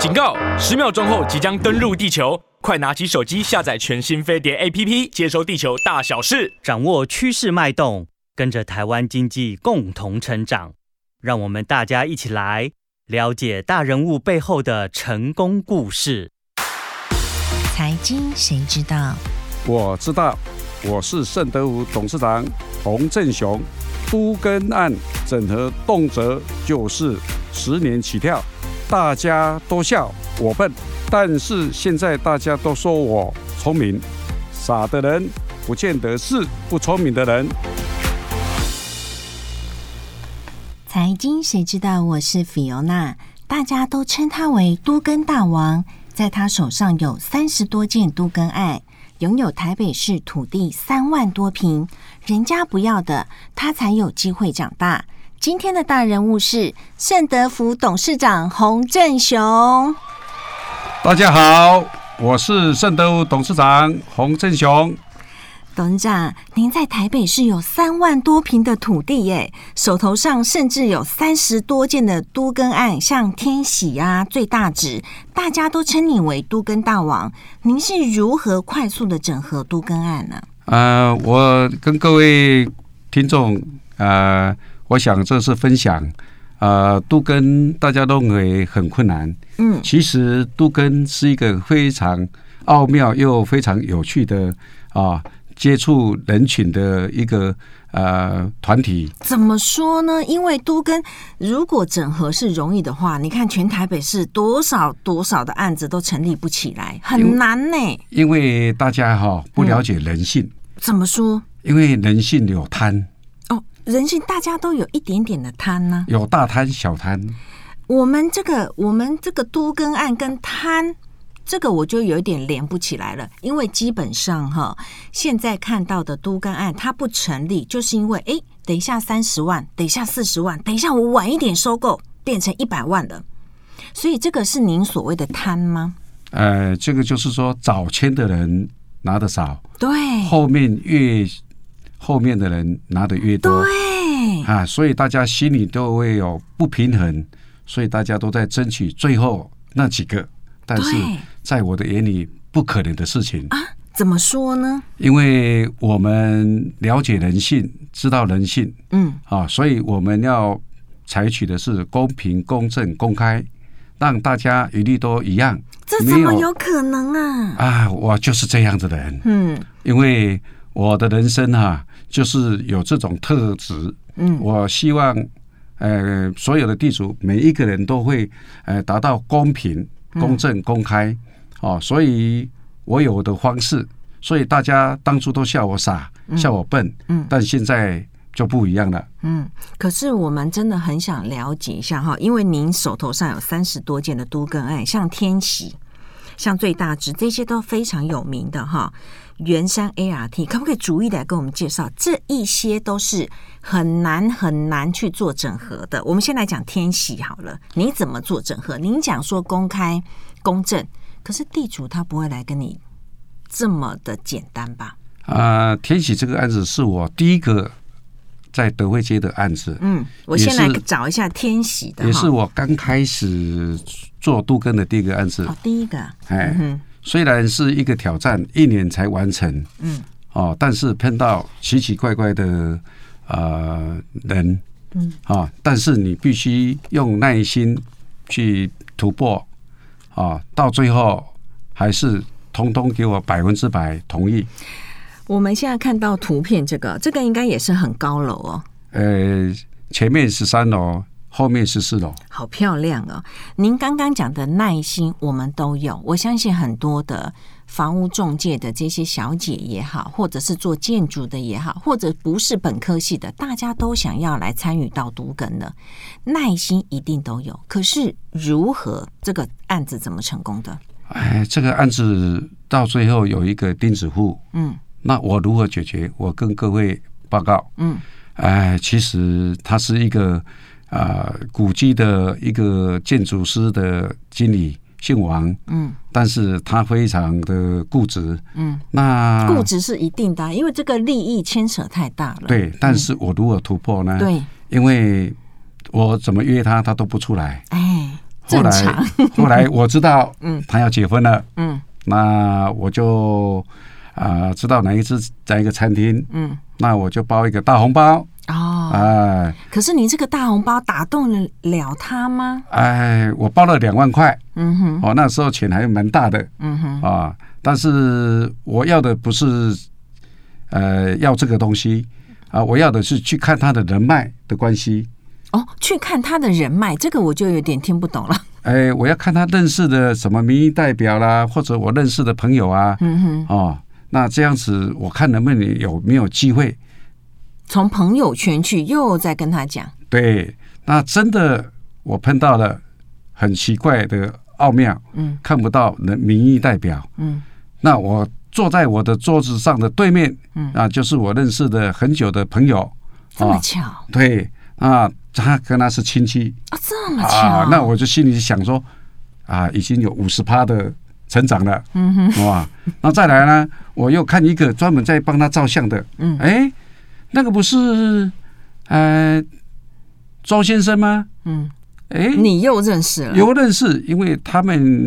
警告！10秒钟后即将登陆地球，快拿起手机下载全新飞碟 APP， 接收地球大小事， 掌握趋势脉动，跟着台湾经济共同成长。让我们大家一起来了解大人物背后的成功故事。 财经谁知道？ 我知道，我是盛德五董事长洪正雄。都更案整合动辄就是10年起跳，大家都笑我笨，但是现在大家都说我聪明。傻的人不见得是不聪明的人。 财经谁知道？我是 Fiona， 大家都称他为都更大王。在他手上有30多件都更案，拥有台北市土地3万多坪，人家不要的，他才有机会长大。今天的大人物是盛德福董事长洪正雄。 大家好，我是盛德福董事长洪正雄。 董事长，您在台北市有3万多坪的土地耶，手头上甚至有30多件的都更案，像天喜啊、最大值，大家都称你为都更大王。您是如何快速的整合都更案呢？ 我跟各位听众，我想这是分享。都更大家都认为很困难，其实都更是一个非常奥妙又非常有趣的接触人群的一个团体。怎么说呢？因为都更如果整合是容易的话，你看全台北市多少的案子都成立不起来，很难呢。 因为大家不了解人性。 怎么说？ 因为人性有贪。 人性大家都有一点点的贪呢， 有大贪小贪。 我们这个都更案跟贪，这个我就有点连不起来了。因为基本上现在看到的都更案它不成立，就是因为等一下30万，等一下40万，等一下我晚一点收购变成100万了。所以这个是您所谓的贪吗？ 这个就是说早签的人拿得少， 对，后面的人拿得越多，对所以大家心里都会有不平衡，所以大家都在争取最后那几个，但是在我的眼里不可能的事情啊。怎么说呢？因为我们了解人性，知道人性，所以我们要采取的是公平、公正、公开，让大家一律都一样。这怎么有可能啊？我就是这样子的人，因为我的人生就是有这种特质。我希望所有的地主每一个人都会达到公平、公正、公开。所以我有我的方式，所以大家当初都笑我傻，笑我笨，但现在就不一样了。可是我们真的很想了解一下因为您手头上有30多件的都更案，像天喜、像最大值，这些都非常有名的圆山 ART， 可不可以逐一来跟我们介绍？这一些都是很难去做整合的。我们先来讲天喜好了，你怎么做整合？您讲说公开公正，可是地主他不会来跟你这么的简单吧？天喜这个案子是我第一个在德惠街的案子。我先来找一下天喜的，也是我刚开始做都更的第一个案子。第一个，虽然是一个挑战，1年才完成，但是碰到奇奇怪怪的人，但是你必须用耐心去突破，到最后还是通通给我100%同意。我们现在看到图片，这个应该也是很高楼哦。前面13楼。后面14楼，好漂亮哦！您刚刚讲的耐心，我们都有。我相信很多的房屋中介的这些小姐也好，或者是做建筑的也好，或者不是本科系的，大家都想要来参与到都更的，耐心一定都有。可是如何这个案子怎么成功的？这个案子到最后有一个钉子户，那我如何解决？我跟各位报告，其实它是一个。古迹的一个建筑师的经理姓王，但是他非常的固执，那固执是一定的，因为这个利益牵扯太大了。对，但是我如何突破呢？对，因为我怎么约他，他都不出来。 后来我知道，他要结婚了，那我就知道哪一个餐厅，那我就包一个大红包。 可是你这个大红包打动了他吗？ 我包了2万块，那时候钱还蛮大的，但是我要的不是要这个东西我要的是去看他的人脉的关系。 去看他的人脉，这个我就有点听不懂了。 我要看他认识的什么民意代表啦，或者我认识的朋友啊，那这样子我看能不能有没有机会从朋友圈去又再跟他讲。 对，那真的我碰到了很奇怪的奥妙，看不到民意代表，那我坐在我的桌子上的对面，就是我认识的很久的朋友。 这么巧？ 对，他跟他是亲戚这么巧那我就心里想说已经有50%的成长了，哇！那再来呢，我又看一个专门在帮他照相的，那个不是周先生吗？ 你又认识了？ 又认识，因为他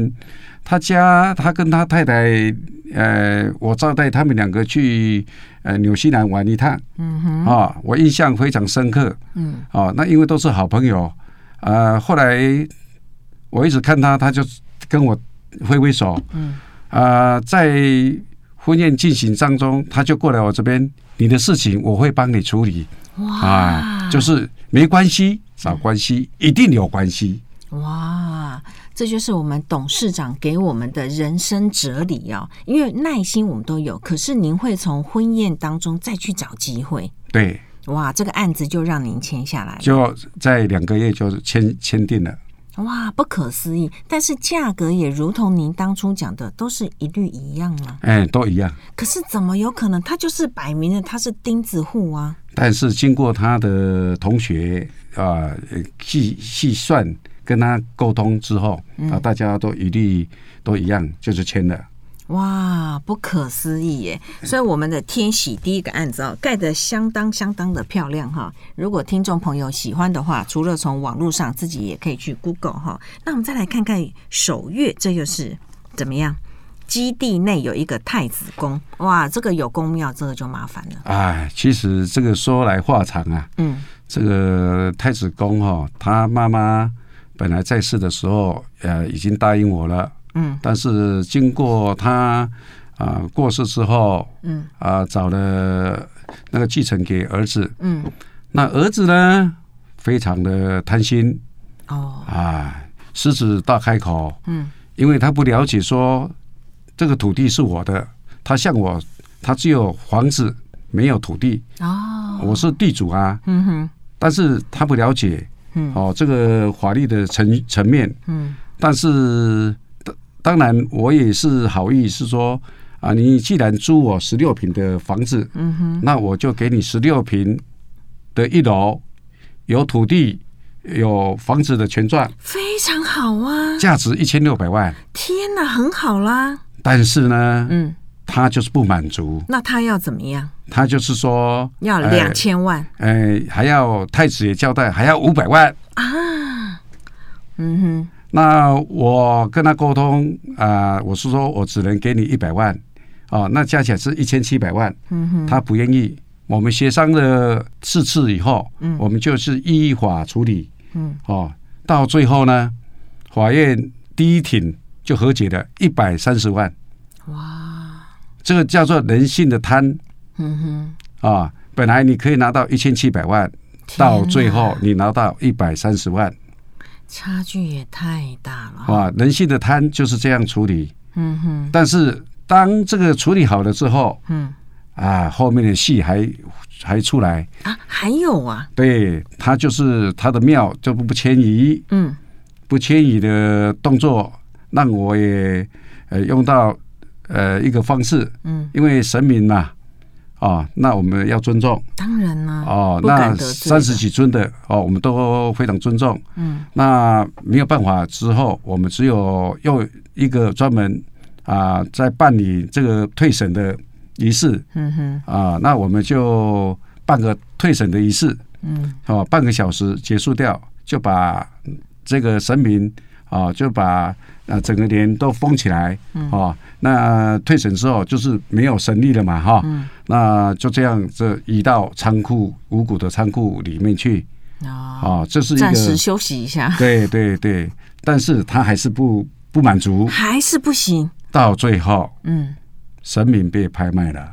跟他太太，我招待他们2个去纽西兰玩一趟，我印象非常深刻，那因为都是好朋友，后来我一直看他就跟我挥挥手，在婚宴进行当中，他就过来我这边，你的事情我会帮你处理，就是没关系，找关系一定有关系。 哇，这就是我们董事长给我们的人生哲理因为耐心我们都有，可是您会从婚宴当中再去找机会。 对， 哇，这个案子就让您签下来了， 就在2个月就签订了。 哇，不可思议！但是价格也如同您当初讲的，都是一律一样吗？ 都一样。 可是怎么有可能？他就是摆明了他是钉子户啊！ 但是经过他的同学细算跟他沟通之后，大家都一律都一样，就是签了。 哇，不可思议耶！所以我们的天喜第一个案子盖得相当的漂亮哈。如果听众朋友喜欢的话，除了从网络上，自己也可以去 Google 哈。那我们再来看看首月，这又是怎么样？基地内有一个太子宫，哇，这个有宫庙，这个就麻烦了。 其实这个说来话长这个太子宫他妈妈本来在世的时候已经答应我了。但是经过他过世之后，找了那个继承给儿子，那儿子呢非常的贪心，狮子大开口，因为他不了解说这个土地是我的，他像我，他只有房子没有土地，我是地主啊，但是他不了解，这个法律的层面，但是。当然，我也是好意，是说你既然租我16坪的房子，那我就给你16坪的1楼，有土地、有房子的权状， 非常好啊， 价值1600万。 天哪，很好啦。 但是呢，他就是不满足。 那他要怎么样？ 他就是说要2000万， 还要太子也交代，还要500万啊。 那我跟他沟通我是说我只能给你100万那加起来是1700万，他不愿意。我们协商了4次以后，我们就是依法处理，到最后呢，法院第一庭就和解了130万。哇，这个叫做人性的贪。本来你可以拿到1700万，到最后你拿到130万。 差距也太大了人性的贪就是这样处理。但是当这个处理好了之后，后面的戏还出来还有对，他就是他的庙就不迁移，不迁移的动作让我也用到一个方式，因为神明嘛。那我们要尊重， 当然啦。 那30几尊的我们都非常尊重。那没有办法之后，我们只有用一个专门在办理这个退审的仪式。那我们就办个退审的仪式，半个小时结束掉，就把这个神明就把整个脸都封起来，那退审之后就是没有神力了嘛，那就这样移到仓库五股的仓库里面去，这是一个暂时休息一下。 对对对，但是他还是不满足， 还是不行。 到最后，神明被拍卖了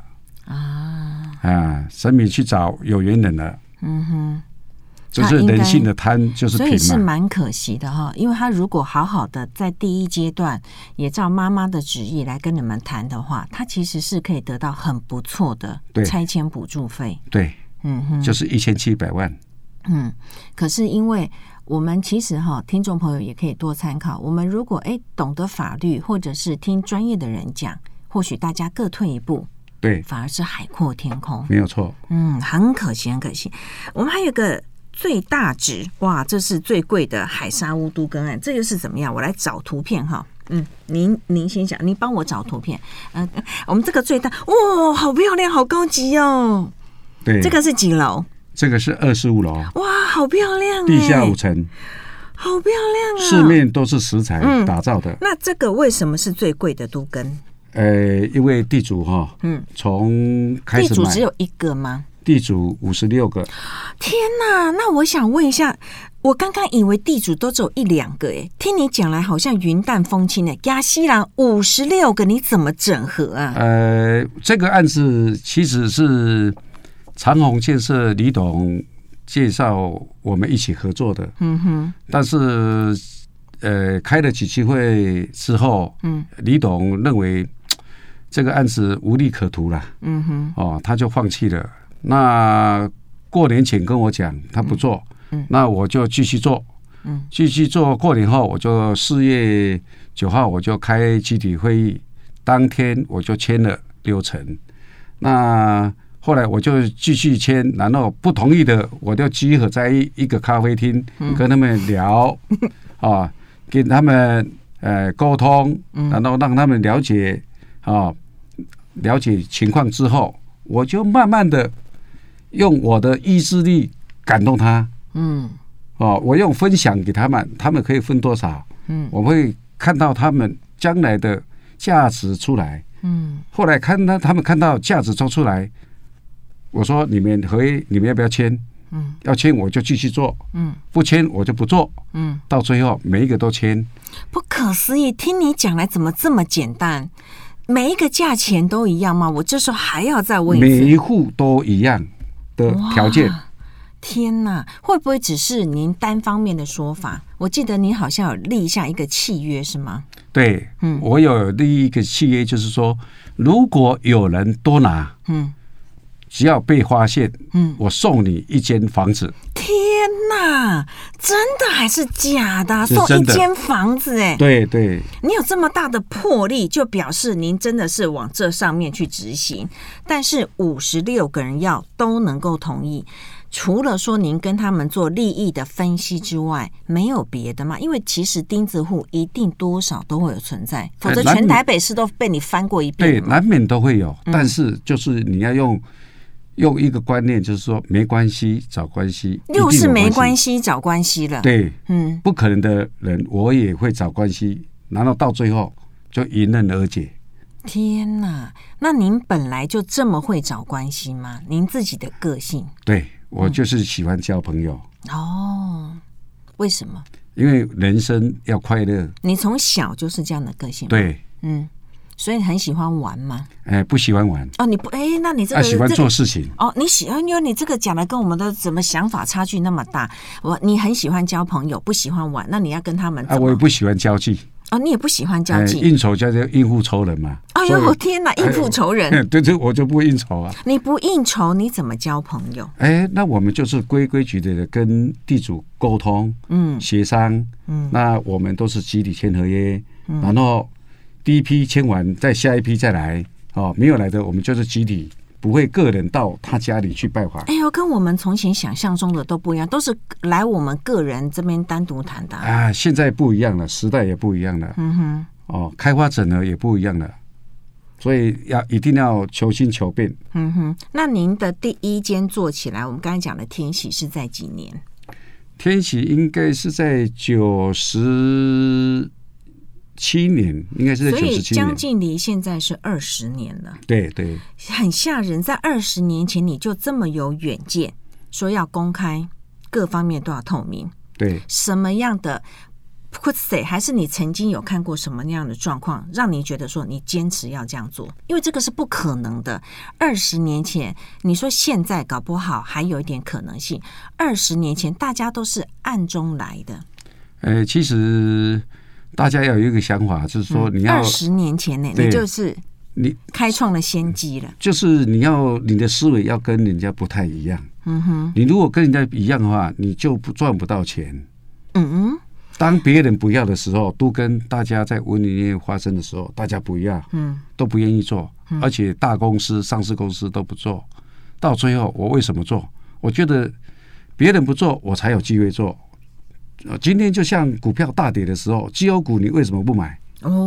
神明去找有缘人了，就是人性的贪，就是贫嘛， 所以是蛮可惜的哈。因为他如果好好的在第一阶段也照妈妈的旨意来跟你们谈的话，他其实是可以得到很不错的拆迁补助费。 对，就是1700万。 可是因为我们其实听众朋友也可以多参考。我们如果懂得法律，或者是听专业的人讲，或许大家各退一步， 对， 反而是海阔天空， 没有错。 很可惜，很可惜。我们还有个最大值，哇，这是最贵的海沙屋都更案，这又是怎么样？我来找图片哈。您先讲，您帮我找图片。我们这个最大，哇，好漂亮，好高级哦。 对， 这个是几楼？ 这个是25楼。 哇，好漂亮， 地下5层， 好漂亮啊！ 四面都是石材打造的。 那这个为什么是最贵的都更？ 因为地主从开始买， 地主只有一个吗？ 地主56个。 天哪！那我想问一下，我刚刚以为地主都只有1、2个，听你讲来好像云淡风轻的。亚西兰56个，你怎么整合啊？ 这个案子其实是长虹建设李董介绍我们一起合作的。但是开了几期会之后，李董认为这个案子无利可图了，他就放弃了。那过年前跟我讲他不做，那我就继续做，继续做。过年后我就4月9号我就開集體會議，當天我就簽了6成。那後來我就繼續簽，然後不同意的我就集合在一個咖啡廳，跟他們聊跟他們溝通，然後讓他們了解了解情況之後，我就慢慢的用我的意志力感動他。我用分享給他們，他們可以分多少？我會看到他們將來的價值出來。後來他們看到價值出來，我說你們合約你們要不要簽？要簽我就繼續做，不簽我就不做。到最後每一個都簽。 不可思議，聽你講來怎麼這麼簡單？每一個價錢都一樣嗎？我這時候還要再問一次。 每一戶都一樣的條件。 天哪，會不會只是您單方面的說法？我記得您好像有立下一個契約，是嗎？ 對，我有立一個契約，就是說如果有人多拿，只要被發現，我送你一間房子。 天哪，真的還是假的？送一間房子？ 對對， 你有這麼大的魄力，就表示您真的是往這上面去執行。但是56個人要都能夠同意，除了說您跟他們做利益的分析之外，沒有別的嗎？因為其實釘子戶一定多少都會有存在，否則全台北市都被你翻過一遍。 對，難免都會有，但是就是你要用一個觀念，就是說沒關係找關係， 又是沒關係找關係了。 對，不可能的人我也會找關係，然後到最後就迎刃而解。 天哪，那您本來就這麼會找關係嗎？您自己的個性？ 對，我就是喜歡交朋友。 為什麼？ 因為人生要快樂。你從小就是這樣的個性嗎？ 對， 所以你很喜歡玩嗎？ 不喜歡玩。 你不那你這個喜歡做事情。 你喜歡，因為你這個講的跟我們的怎麼想法差距那麼大。你很喜歡交朋友，不喜歡玩，那你要跟他們我也不喜歡交際。 你也不喜歡交際。 應酬叫做應付仇人嘛。 哎呦天哪，應付仇人。 對，我就不應酬啊。 你不應酬，你怎麼交朋友？ 那我們就是規矩的跟地主溝通，協商，那我們都是集體簽合約，然後第一批簽完，再下一批再來，沒有來的我們就是集體，不會個人到他家裡去拜訪。 跟我們從前想象中的都不一樣，都是來我們個人這邊單獨談的。 現在不一樣了，時代也不一樣了。開發整合也不一樣了，所以一定要求新求變。 那您的第一間做起來，我們剛才講的天喜是在幾年？ 天喜应该是在97年，应该是在97年， 所以将近离现在是20年了。 对对， 很吓人。在20年前你就这么有远见，说要公开，各方面都要透明。 对， 什么样的还是你曾经有看过什么样的状况，让你觉得说你坚持要这样做？因为这个是不可能的。20年前，你说现在搞不好还有一点可能性。20年前，大家都是暗中来的。 其实大家要有一个想法，就是说你要 20年前呢，你就是你开创了先机了。 就是你的思维要跟人家不太一样。你如果跟人家一样的话，你就赚不到钱。当别人不要的时候，都跟大家在文林业发生的时候，大家不要，都不愿意做，而且大公司、上市公司都不做。到最后，我为什么做？我觉得别人不做，我才有机会做。今天就像股票大跌的时候，绩优股你为什么不买？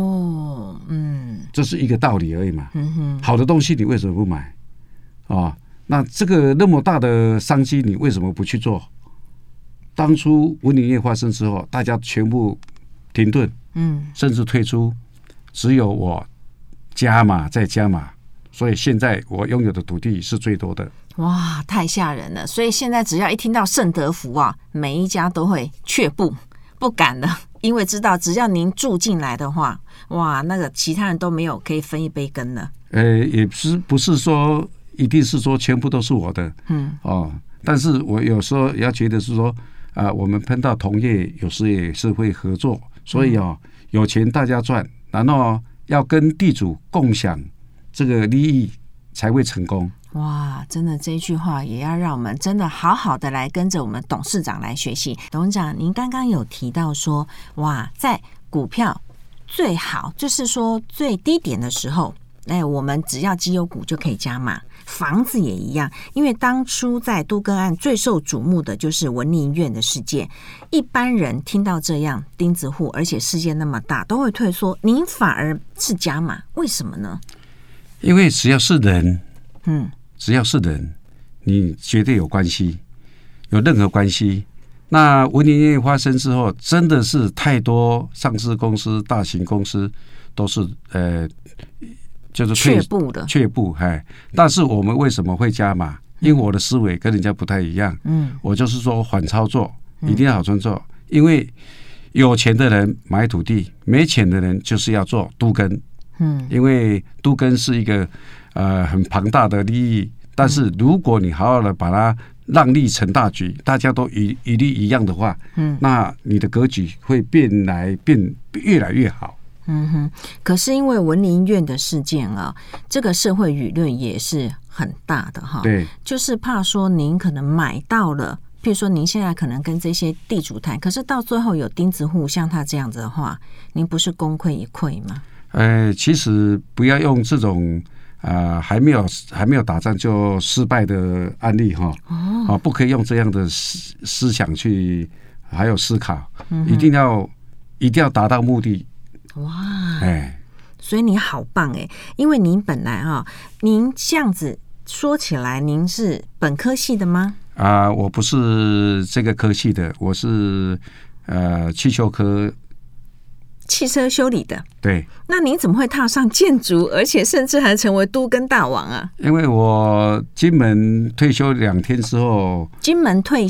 这是一个道理而已嘛。好的东西你为什么不买？那这个那么大的商机，你为什么不去做？当初文林业发生之后，大家全部停顿，甚至退出，只有我加码再加码，所以现在我拥有的土地是最多的。 哇，太吓人了！所以现在只要一听到盛德福啊，每一家都会却步，不敢了，因为知道只要您住进来的话，哇，那个其他人都没有可以分一杯羹了。 也不是说一定是说全部都是我的，但是我有时候也要觉得是说。我们碰到同业，有时也是会合作，所以有钱大家赚，然后要跟地主共享这个利益，才会成功。 哇，真的这一句话也要让我们真的好好的来跟着我们董事长来学习。董事长，您刚刚有提到说，哇，在股票最好就是说最低点的时候，我们只要绩优股就可以加码。房子也一样，因为当初在都更案最受瞩目的就是文林院的事件，一般人听到这样钉子户，而且事件那么大，都会退缩。您反而是加码，为什么呢？ 因为只要是人，只要是人，你绝对有关系，有任何关系。那文林院发生之后，真的是太多上市公司、大型公司都是就是却步，但是我们为什么会加码？因为我的思维跟人家不太一样，我就是说反操作，一定要好操作。因为有钱的人买土地，没钱的人就是要做都更，因为都更是一个很庞大的利益，但是如果你好好的把它让利成大局，大家都一律一样的话，那你的格局会越来越好。 可是因为文林院的事件啊，这个社会舆论也是很大的哈。 对， 就是怕说您可能买到了，譬如说您现在可能跟这些地主谈，可是到最后有钉子户像他这样子的话，您不是功亏一篑吗？ 其实不要用这种还没有打仗就失败的案例哈，不可以用这样的思想去还有思考，一定要达到目的。 哇，所以你好棒因为您本来您这样子说起来，您是本科系的吗？ 我不是这个科系的，我是汽修科。 汽车修理的。 对。 那您怎么会踏上建筑，而且甚至还成为都更大王啊？ 因为我金门退休2天之后， 金门退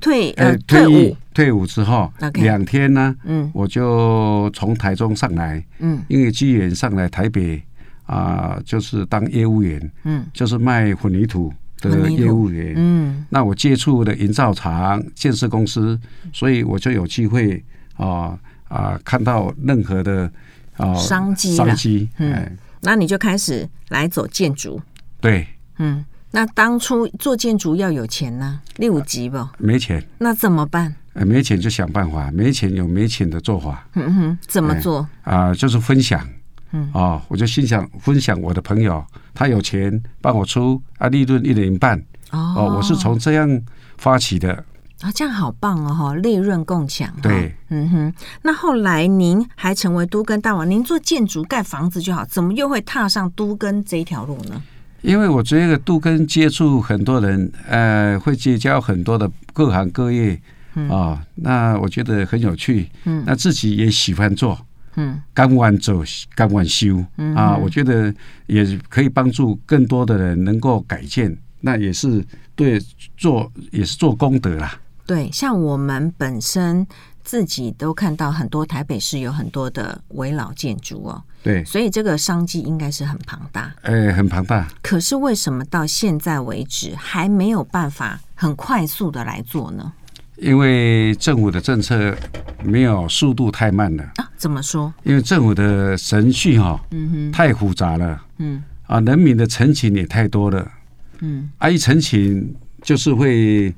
伍之后2天呢，我就从台中上来，因为机缘上来台北就是当业务员，就是卖混凝土的业务员，那我接触了营造厂、建设公司，所以我就有机会看到任何的商机，那你就开始来走建筑。 对， 那当初做建筑要有钱呢，你有急不？ 没钱， 那怎么办？ 没钱就想办法，没钱有没钱的做法。 怎么做？ 就是分享。我就心想分享我的朋友，他有钱帮我出利润1人1半。我是从这样发起的。 这样好棒哦，利润共享。 对， 那后来您还成为都更大王，您做建筑盖房子就好，怎么又会踏上都更这一条路呢？ 因为我觉得都更接触很多人，会结交很多的各行各业那我觉得很有趣，那自己也喜欢做，甘愿做甘愿修我觉得也可以帮助更多的人能够改建，那也是也是做功德啦。 对，像我们本身自己都看到很多台北市有很多的危老建筑哦， 对， 所以这个商机应该是很庞大， 很庞大。 可是为什么到现在为止还没有办法很快速的来做呢？ 因为政府的政策没有速度太慢了怎么说？ 因为政府的程序太复杂了，人民的陈情也太多了，一陈情就是会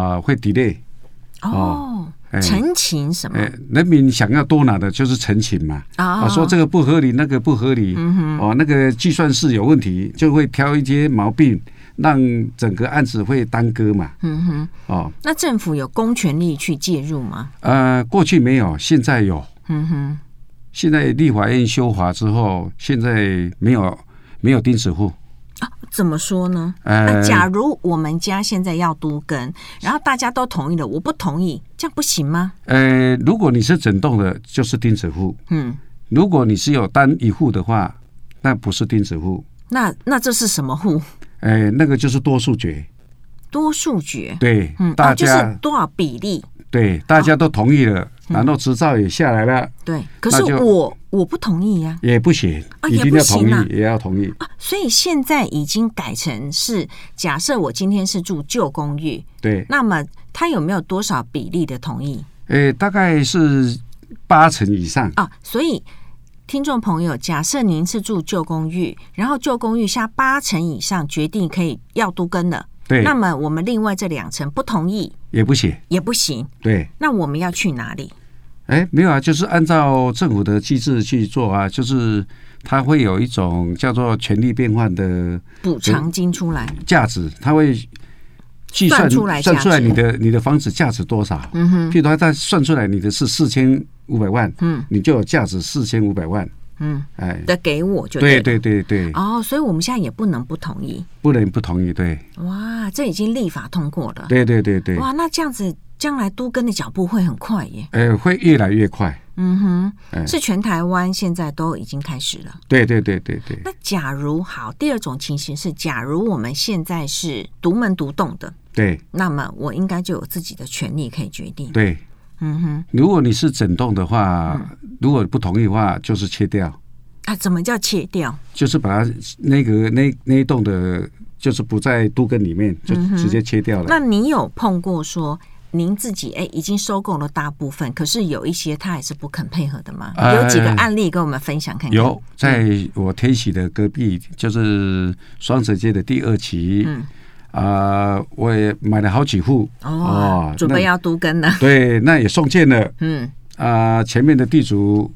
delay 陈情什么？ 人民想要多拿的就是陈情嘛，说这个不合理，那个不合理，那个计算式有问题，就会挑一些毛病，让整个案子会耽搁嘛。 那政府有公权力去介入吗？ 过去没有，现在有。现在立法院修法之后，现在没有钉子户。 怎么说呢？假如我们家现在要都更，然后大家都同意了，我不同意，这样不行吗？ 如果你是整栋的，就是钉子户。如果你是有单一户的话，那不是钉子户。 那这是什么户？ 那个就是多数决。 多数决， 对，大家就是多少比例？ 对，大家都同意了，然后执照也下来了。 对，可是我不同意呀， 也不行，一定要同意，也要同意。 所以现在已经改成是，假设我今天是住旧公寓， 对， 那么他有没有多少比例的同意？ 大概是80%以上所以听众朋友，假设您是住旧公寓，然后旧公寓下80%以上决定可以要都更了。 对， 那么我们另外这2层不同意也不行， 对，那我们要去哪里？ 没有就是按照政府的机制去做就是它会有一种叫做权利变换的补偿金出来， 价值，它会计算出来你的房子价值多少。譬如说它算出来你的是4500万，你就有价值4500万。 的给我就对。 所以我们现在也不能不同意， 对。 哇，这已经立法通过了。 对。 哇，那这样子将来都更的脚步会很快耶。 会越来越快。 是全台湾现在都已经开始了。 对。 那假如第二种情形是，假如我们现在是独门独栋的， 对， 那么我应该就有自己的权利可以决定。 对。如果你是整栋的话，如果不同意的话，就是切掉。 怎么叫切掉？ 就是把它那一栋的，就是不在都更里面，就直接切掉了。 那你有碰过说您自己已经收购了大部分，可是有一些他还是不肯配合的吗？有几个案例跟我们分享看看。 有，在我天喜的隔壁，就是双城街的第2期。我也买了好几户准备要都更了。 对，那也送件了。前面的地主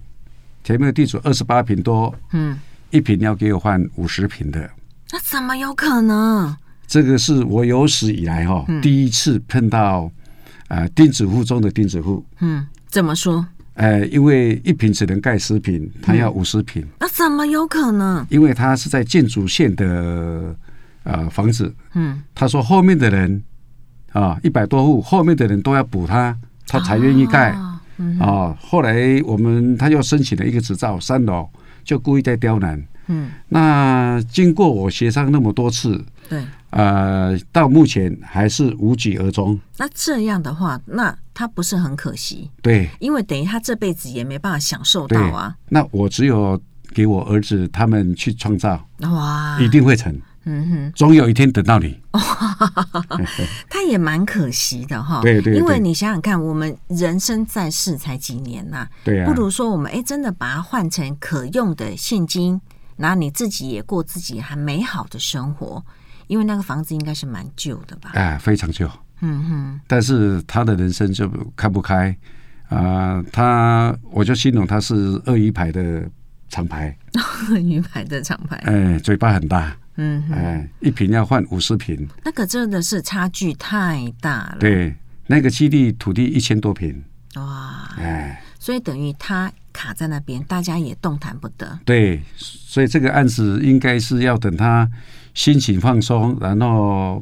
28坪多，一坪要给我换50坪的。 那怎么有可能？ 这个是我有史以来第一次碰到钉子户中的钉子户。 怎么说？ 因为一坪只能盖10坪，他要50坪。 那怎么有可能？ 因为他是在建筑线的房子，他说后面的人100多户，后面的人都要补他才愿意盖。后来他又申请了一个执照，3楼就故意在刁难。那经过我协商那么多次， 对， 到目前还是无疾而终。 那这样的话，那他不是很可惜？ 对， 因为等于他这辈子也没办法享受到啊。 那我只有给我儿子他们去创造， 哇， 一定会成。总有一天等到你。 他也蛮可惜的哈。 对， 因为你想想看，我们人生在世才几年呐， 对啊， 不如说我们真的把它换成可用的现金，然后你自己也过自己还美好的生活。因为那个房子应该是蛮旧的吧？ 非常旧。但是他的人生就看不开我就形容他是鳄鱼牌的厂牌。 鳄鱼牌的厂牌。 嘴巴很大。一坪要换50坪， 那个真的是差距太大了。 对，那个基地土地1000多坪。 哇！所以等于他卡在那边，大家也动弹不得。 对，所以这个案子应该是要等他心情放松，然后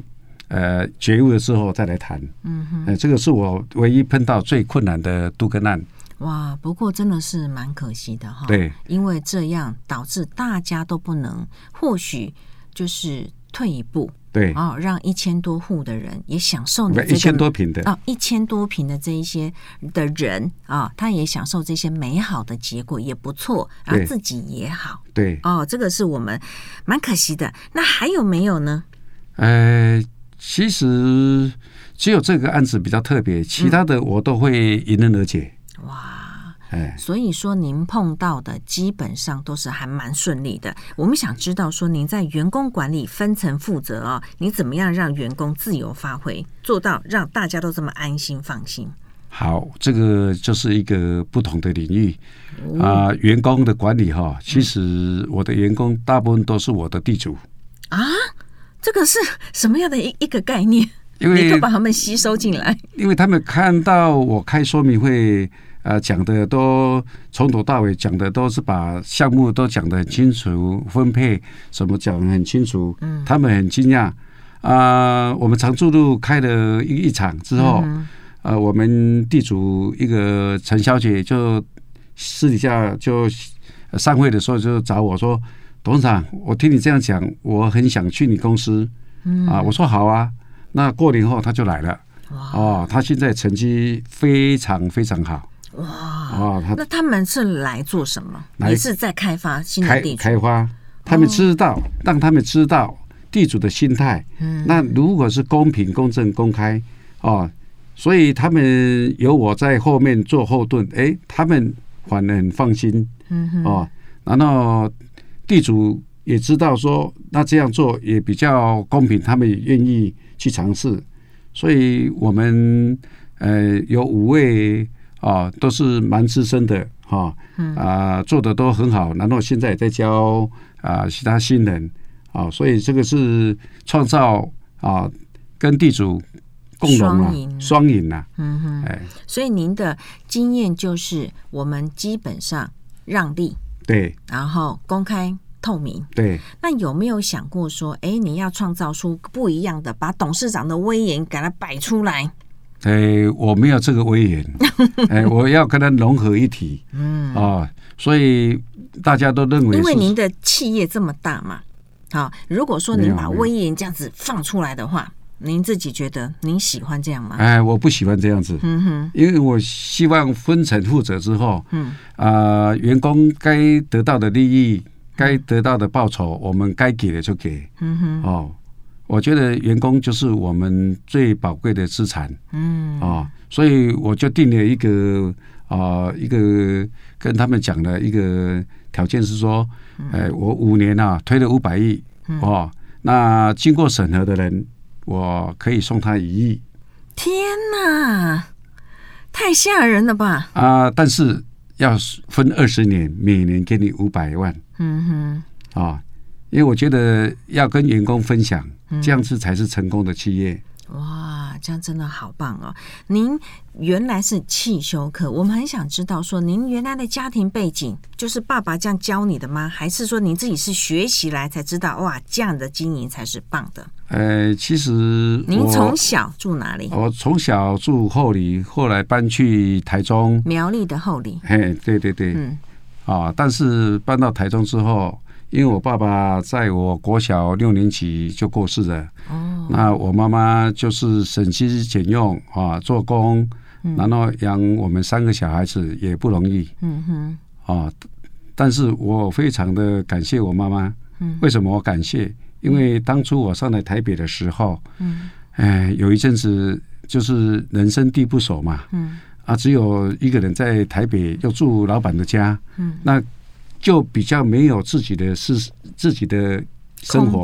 觉悟了之后再来谈。这个是我唯一碰到最困难的都更案。 哇，不过真的是蛮可惜的哈。 对， 因为这样导致大家都不能，或许就是退一步， 对， 让1000多户的人也享受你这个 1000多坪的 1000多坪的这一些的人他也享受这些美好的结果，也不错，然后自己也好。 对， 这个是我们蛮可惜的。那还有没有呢？ 其实只有这个案子比较特别，其他的我都会迎刃而解。 哇，所以说您碰到的基本上都是还蛮顺利的。我们想知道说您在员工管理分层负责你怎么样让员工自由发挥，做到让大家都这么安心放心？ 好，这个就是一个不同的领域员工的管理其实我的员工大部分都是我的地主这个是什么样的一个概念？ 因为你就把他们吸收进来， 因为他们看到我开说明会讲的都从头到尾讲的都是把项目都讲得很清楚，分配什么讲得很清楚，他们很惊讶我们常驻路开了一场之后，我们地主一个陈小姐就私底下就散会的时候就找我说，董事长，我听你这样讲，我很想去你公司我说好啊。那过年后他就来了他现在成绩非常非常好。 哇那他们是来做什么？也是在开发新的地主开发，他们知道让他们知道地主的心态那如果是公平公正公开所以他们有我在后面做后盾他们反而很放心然后地主也知道说那这样做也比较公平，他们也愿意去尝试。所以我们有5位都是蛮资深的做的都很好，然后现在也在教其他新人所以这个是创造跟地主共荣双赢所以您的经验就是我们基本上让利， 对， 然后公开透明， 对。 那有没有想过说你要创造出不一样的，把董事长的威严给它摆出来？ 我没有这个威严我要跟它融合一体所以大家都认为因为您的企业这么大嘛如果说您把威严这样子放出来的话，您自己觉得您喜欢这样吗？ 我不喜欢这样子因为我希望分层负责之后员工该得到的利益该得到的报酬我们该给的就给我觉得员工就是我们最宝贵的资产所以我就定了一个跟他们讲的一个条件是说我5年推了500亿那经过审核的人我可以送他1亿。 天哪，太吓人了吧但是要分20年，每年给你500万因为我觉得要跟员工分享这样子才是成功的企业。 哇，这样真的好棒您原来是汽修科，我们很想知道说您原来的家庭背景就是爸爸这样教你的吗？还是说您自己是学习来才知道哇这样的经营才是棒的？ 其实您从小住哪里？ 我从小住后里，后来搬去台中苗栗的后里。 对对对但是搬到台中之后，因为我爸爸在我国小6年级就过世了那我妈妈就是省吃俭用做工然后养我们3个小孩子也不容易但是我非常的感谢我妈妈为什么我感谢？因为当初我上来台北的时候有一阵子就是人生地不熟嘛只有一个人在台北又住老板的家那就比较没有自己的生活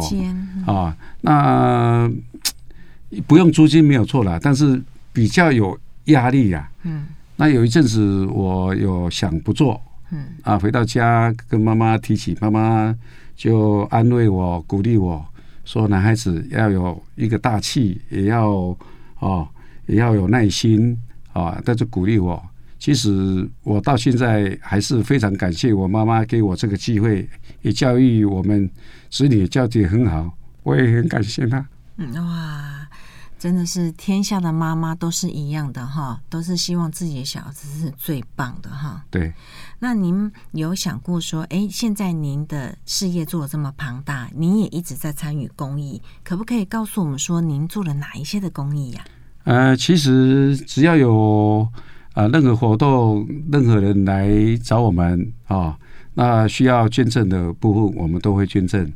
那不用租金没有错啦，但是比较有压力那有一阵子我有想不做回到家跟妈妈提起，妈妈就安慰我鼓励我说男孩子要有一个大气，也要有耐心但是鼓励我。其实我到现在还是非常感谢我妈妈给我这个机会，也教育我们子女，教育很好，我也很感谢她。 哇， 真的是天下的妈妈都是一样的哈，都是希望自己的小孩子是最棒的哈。 对。 那您有想过说，现在您的事业做得这么庞大，您也一直在参与公益，可不可以告诉我们说，您做了哪一些的公益呀？ 其实只要有任何活动，任何人来找我们啊，那需要捐赠的部分，我们都会捐赠。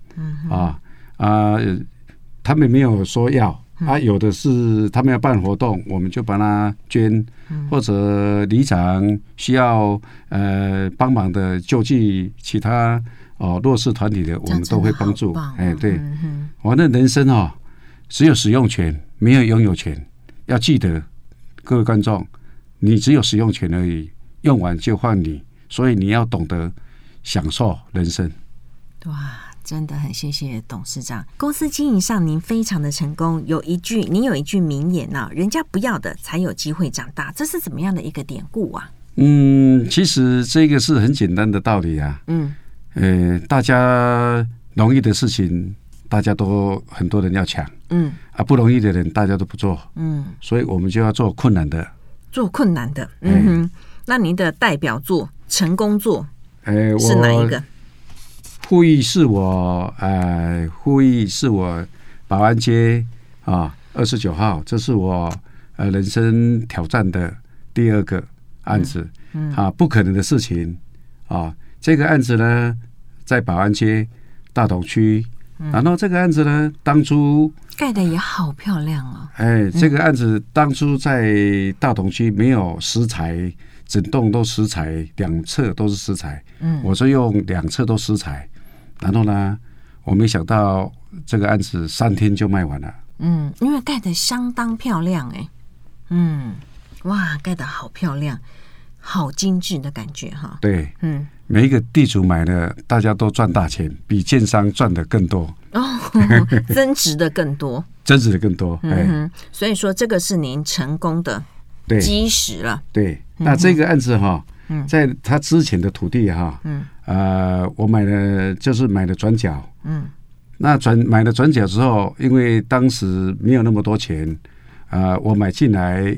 他们没有说要。有的是他们要办活动，我们就帮他捐，或者里长需要帮忙的救济其他弱势团体的，我们都会帮助。对，我的人生只有使用权，没有拥有权。要记得，各位观众，你只有使用权而已，用完就换你，所以你要懂得享受人生。 哇！真的很谢谢董事长。公司经营上您非常的成功，您有一句名言人家不要的才有机会长大，这是怎么样的一个典故啊？ 其实这个是很简单的道理啊。大家容易的事情，大家都很多人要抢。不容易的人大家都不做。所以我们就要做困难的。 做困难的。那您的代表作、成功作是哪一个？ 呼吁是我保安街29号，这是我人生挑战的第2个案子。不可能的事情这个案子呢，在保安街大同区。然后这个案子呢，当初盖的也好漂亮哦。 这个案子当初在大同区没有石材，整栋都石材，2侧都是石材。我就用2侧都石材。然后呢，我没想到这个案子3天就卖完了。 因为盖得相当漂亮哇，盖得好漂亮，好精致的感觉哈。 对，每一个地主买了，大家都赚大钱，比建商赚的更多。 增值的更多，所以说这个是您成功的基石了。 对，那这个案子在他之前的土地我买了转角。那买了转角之后，因为当时没有那么多钱，我买进来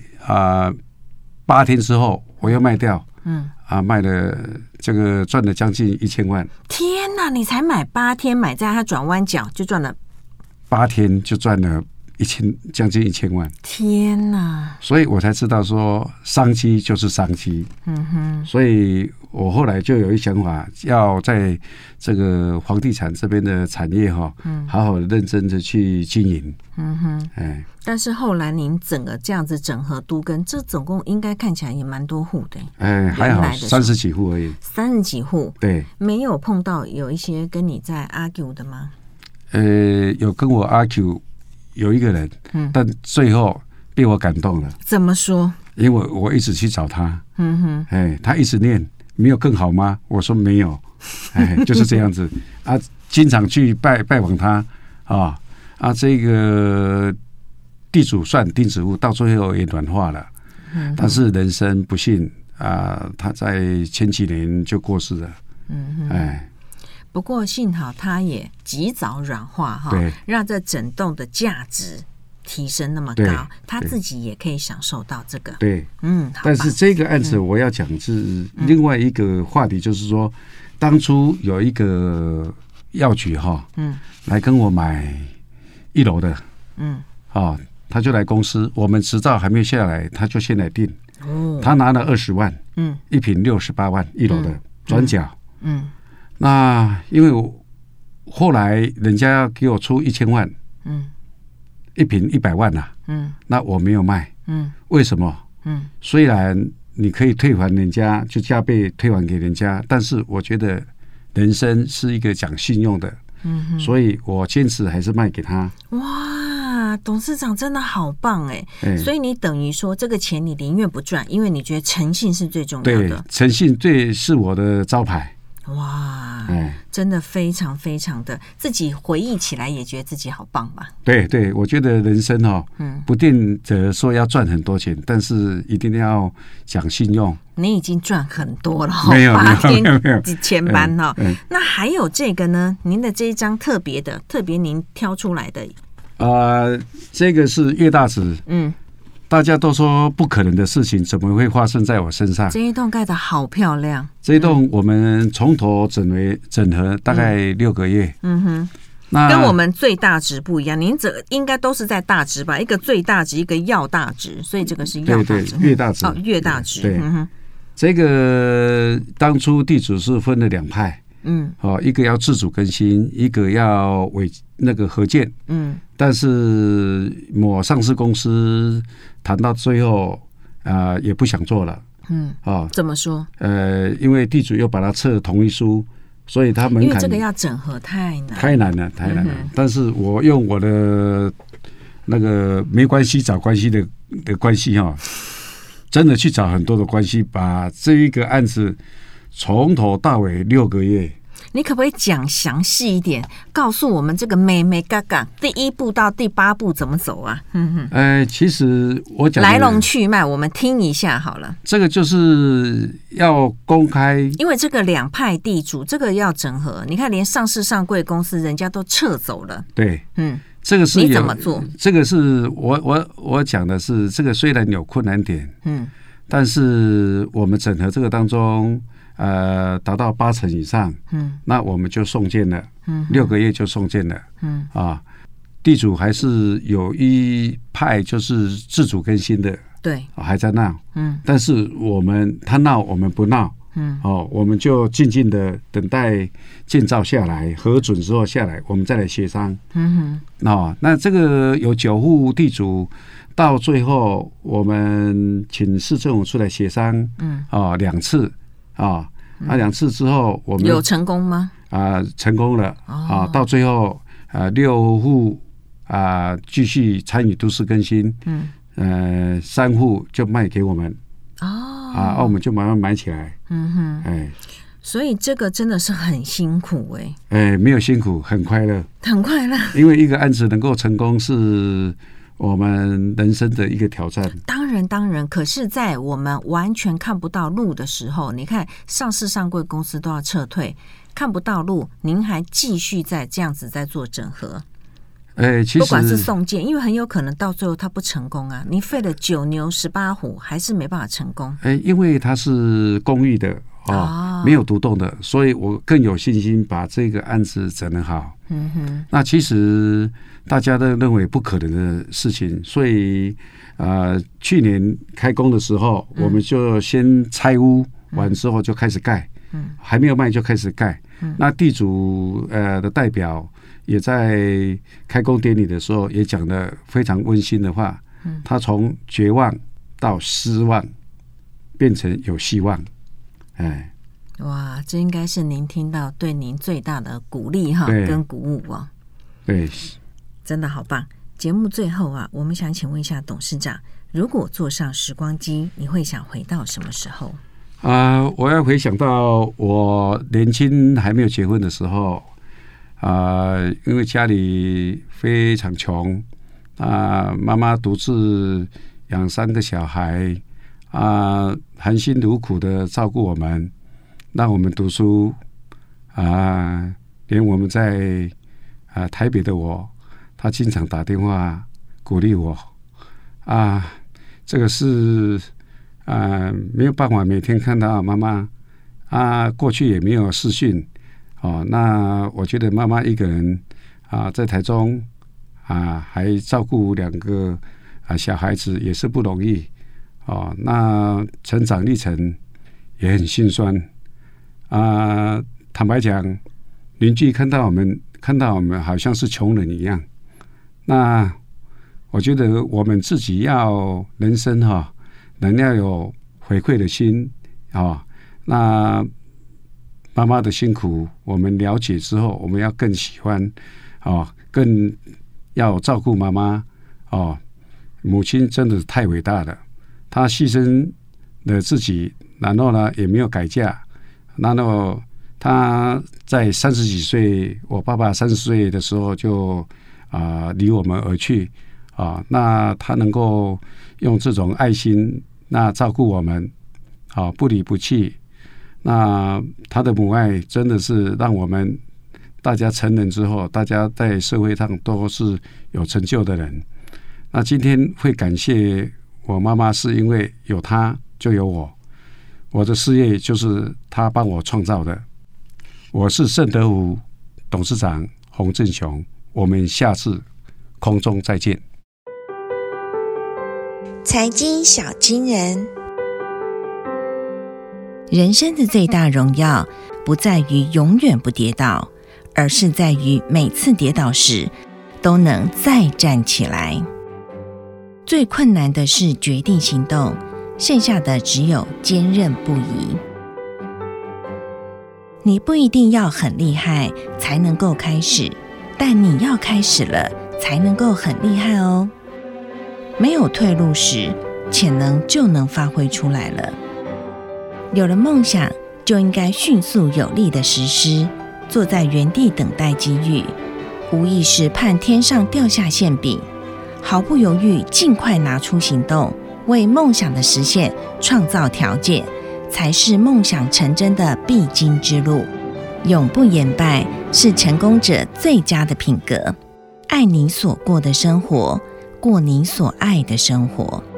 8天之后我又卖掉。卖了这个赚了将近1000万。 天哪！你才买8天，买在他转弯角就赚了 8天就赚了将近1000万。 天哪！ 所以我才知道说商机就是商机。所以我后来就有一想法，要在这个房地产这边的产业好好认真的去经营。 但是后来您整个这样子整合都更，这总共应该看起来也蛮多户的。 还好30几户而已。 30几户。 对。 没有碰到有一些跟你在 argue 的吗？ 有跟我 argue 有一个人，但最后被我感动了。 怎么说？ 因为我一直去找他。他一直念没有更好吗？我说没有。就是这样子经常去拜访他这个地主算钉子户，到最后也软化了。但是人生不幸他在前几年就过世了。 不过幸好他也及早软化让这整栋的价值提升那么高，他自己也可以享受到这个。 对，但是这个案子我要讲是另外一个话题，就是说当初有一个药局来跟我买1楼的。他就来公司，我们执照还没有下来，他就先来订。他拿了20万，一坪68万，1楼的转角。那因为后来人家要给我出1000万，一坪100万啊，那我没有卖。为什么？虽然你可以退还人家，就加倍退还给人家，但是我觉得人生是一个讲信用的，所以我坚持还是卖给他。 哇，董事长真的好棒哎！所以你等于说这个钱你宁愿不赚，因为你觉得诚信是最重要的。 对，诚信是我的招牌。 哇，真的非常非常的，自己回忆起来也觉得自己好棒吧？ 对对，我觉得人生不定着说要赚很多钱，但是一定要讲信用。 你已经赚很多了， 没有 8天几千班那还有这个呢？您的这一张特别您挑出来的这个是岳大直，大家都说不可能的事情，怎么会发生在我身上？ 这一栋盖得好漂亮， 这一栋我们从头整合大概6个月，那跟我们最大值不一样，您这应该都是在大值吧？一个最大值，一个要大值，所以这个是要大值， 越大值越大值。 对，这个当初地主是分了2派，一个要自主更新，一个要合建，但是某上市公司谈到最后也不想做了， 怎么说？ 因为地主又把它撤同意书。所以他门槛， 因为这个要整合太难了。 但是我用我的那个没关系找关系的关系真的去找很多的关系，把这一个案子从头到尾6个月。 你可不可以讲详细一点，告诉我们这个眉眉角角第1步到第8步怎么走啊？ 其实我讲来龙去脉，我们听一下好了。 这个就是要公开， 因为这个2派地主，这个要整合。你看，连上市上柜公司人家都撤走了。 对，这个是你怎么做？ 这个是我讲的是，这个虽然有困难点，但是我们整合这个当中。达到80%以上，那我们就送件了，6个月就送件了，地主还是有一派就是自主更新的， 对， 还在闹，但是他闹我们不闹，我们就静静的等待建造下来，核准之后下来，我们再来协商，那这个有9户地主，到最后我们请市政府出来协商，2次。2次之后，我们有成功吗？ 成功了到最后6户继续参与都市更新，3户就卖给我们我们就慢慢买起来， 所以这个真的是很辛苦没有辛苦，很快乐，因为一个案子能够成功是我们人生的一个挑战。 当然，可是在我们完全看不到路的时候，你看上市上柜公司都要撤退，看不到路，您还继续在这样子在做整合。 其实不管是送件，因为很有可能到最后它不成功啊，你费了9牛18虎还是没办法成功。 因为它是公寓的没有独栋的，所以我更有信心把这个案子整得好。那其实大家都认为不可能的事情，所以去年开工的时候，我们就先拆屋完之后就开始盖，还没有卖就开始盖。那地主的代表也在开工典礼的时候也讲了非常温馨的话，他从绝望到失望变成有希望。 哇，这应该是您听到对您最大的鼓励跟鼓舞对， 真的好棒。节目最后我们想请问一下董事长，如果坐上时光机，你会想回到什么时候？ 我要回想到我年轻还没有结婚的时候，因为家里非常穷，妈妈独自养3个小孩，含辛茹苦的照顾我们，让我们读书，连我们在台北的他经常打电话鼓励我，这个是没有办法每天看到妈妈，过去也没有视讯，那我觉得妈妈一个人在台中还照顾2个小孩子也是不容易，那成长历程也很心酸，坦白讲，邻居看到我们好像是穷人一样。那我觉得我们自己要人生能要有回馈的心那妈妈的辛苦我们了解之后，我们要更喜欢更要照顾妈妈母亲真的太伟大了，她牺牲了自己，然后呢也没有改嫁，然后她在30几岁，我爸爸30岁的时候就离我们而去那他能够用这种爱心那照顾我们不离不弃，那他的母爱真的是让我们大家成人之后，大家在社会上都是有成就的人。那今天会感谢我妈妈，是因为有她就有我，我的事业就是她帮我创造的。我是盛德湖董事长洪振雄，我们下次空中再见。 财经小金人，人生的最大荣耀不在于永远不跌倒，而是在于每次跌倒时都能再站起来。最困难的是决定行动，剩下的只有坚韧不移。你不一定要很厉害才能够开始，但你要开始了才能够很厉害哦。没有退路时，潜能就能发挥出来了。有了梦想，就应该迅速有力的实施，坐在原地等待机遇，无疑是盼天上掉下馅饼，毫不犹豫尽快拿出行动，为梦想的实现创造条件，才是梦想成真的必经之路。永不言败是成功者最佳的品格。爱你所过的生活，过你所爱的生活。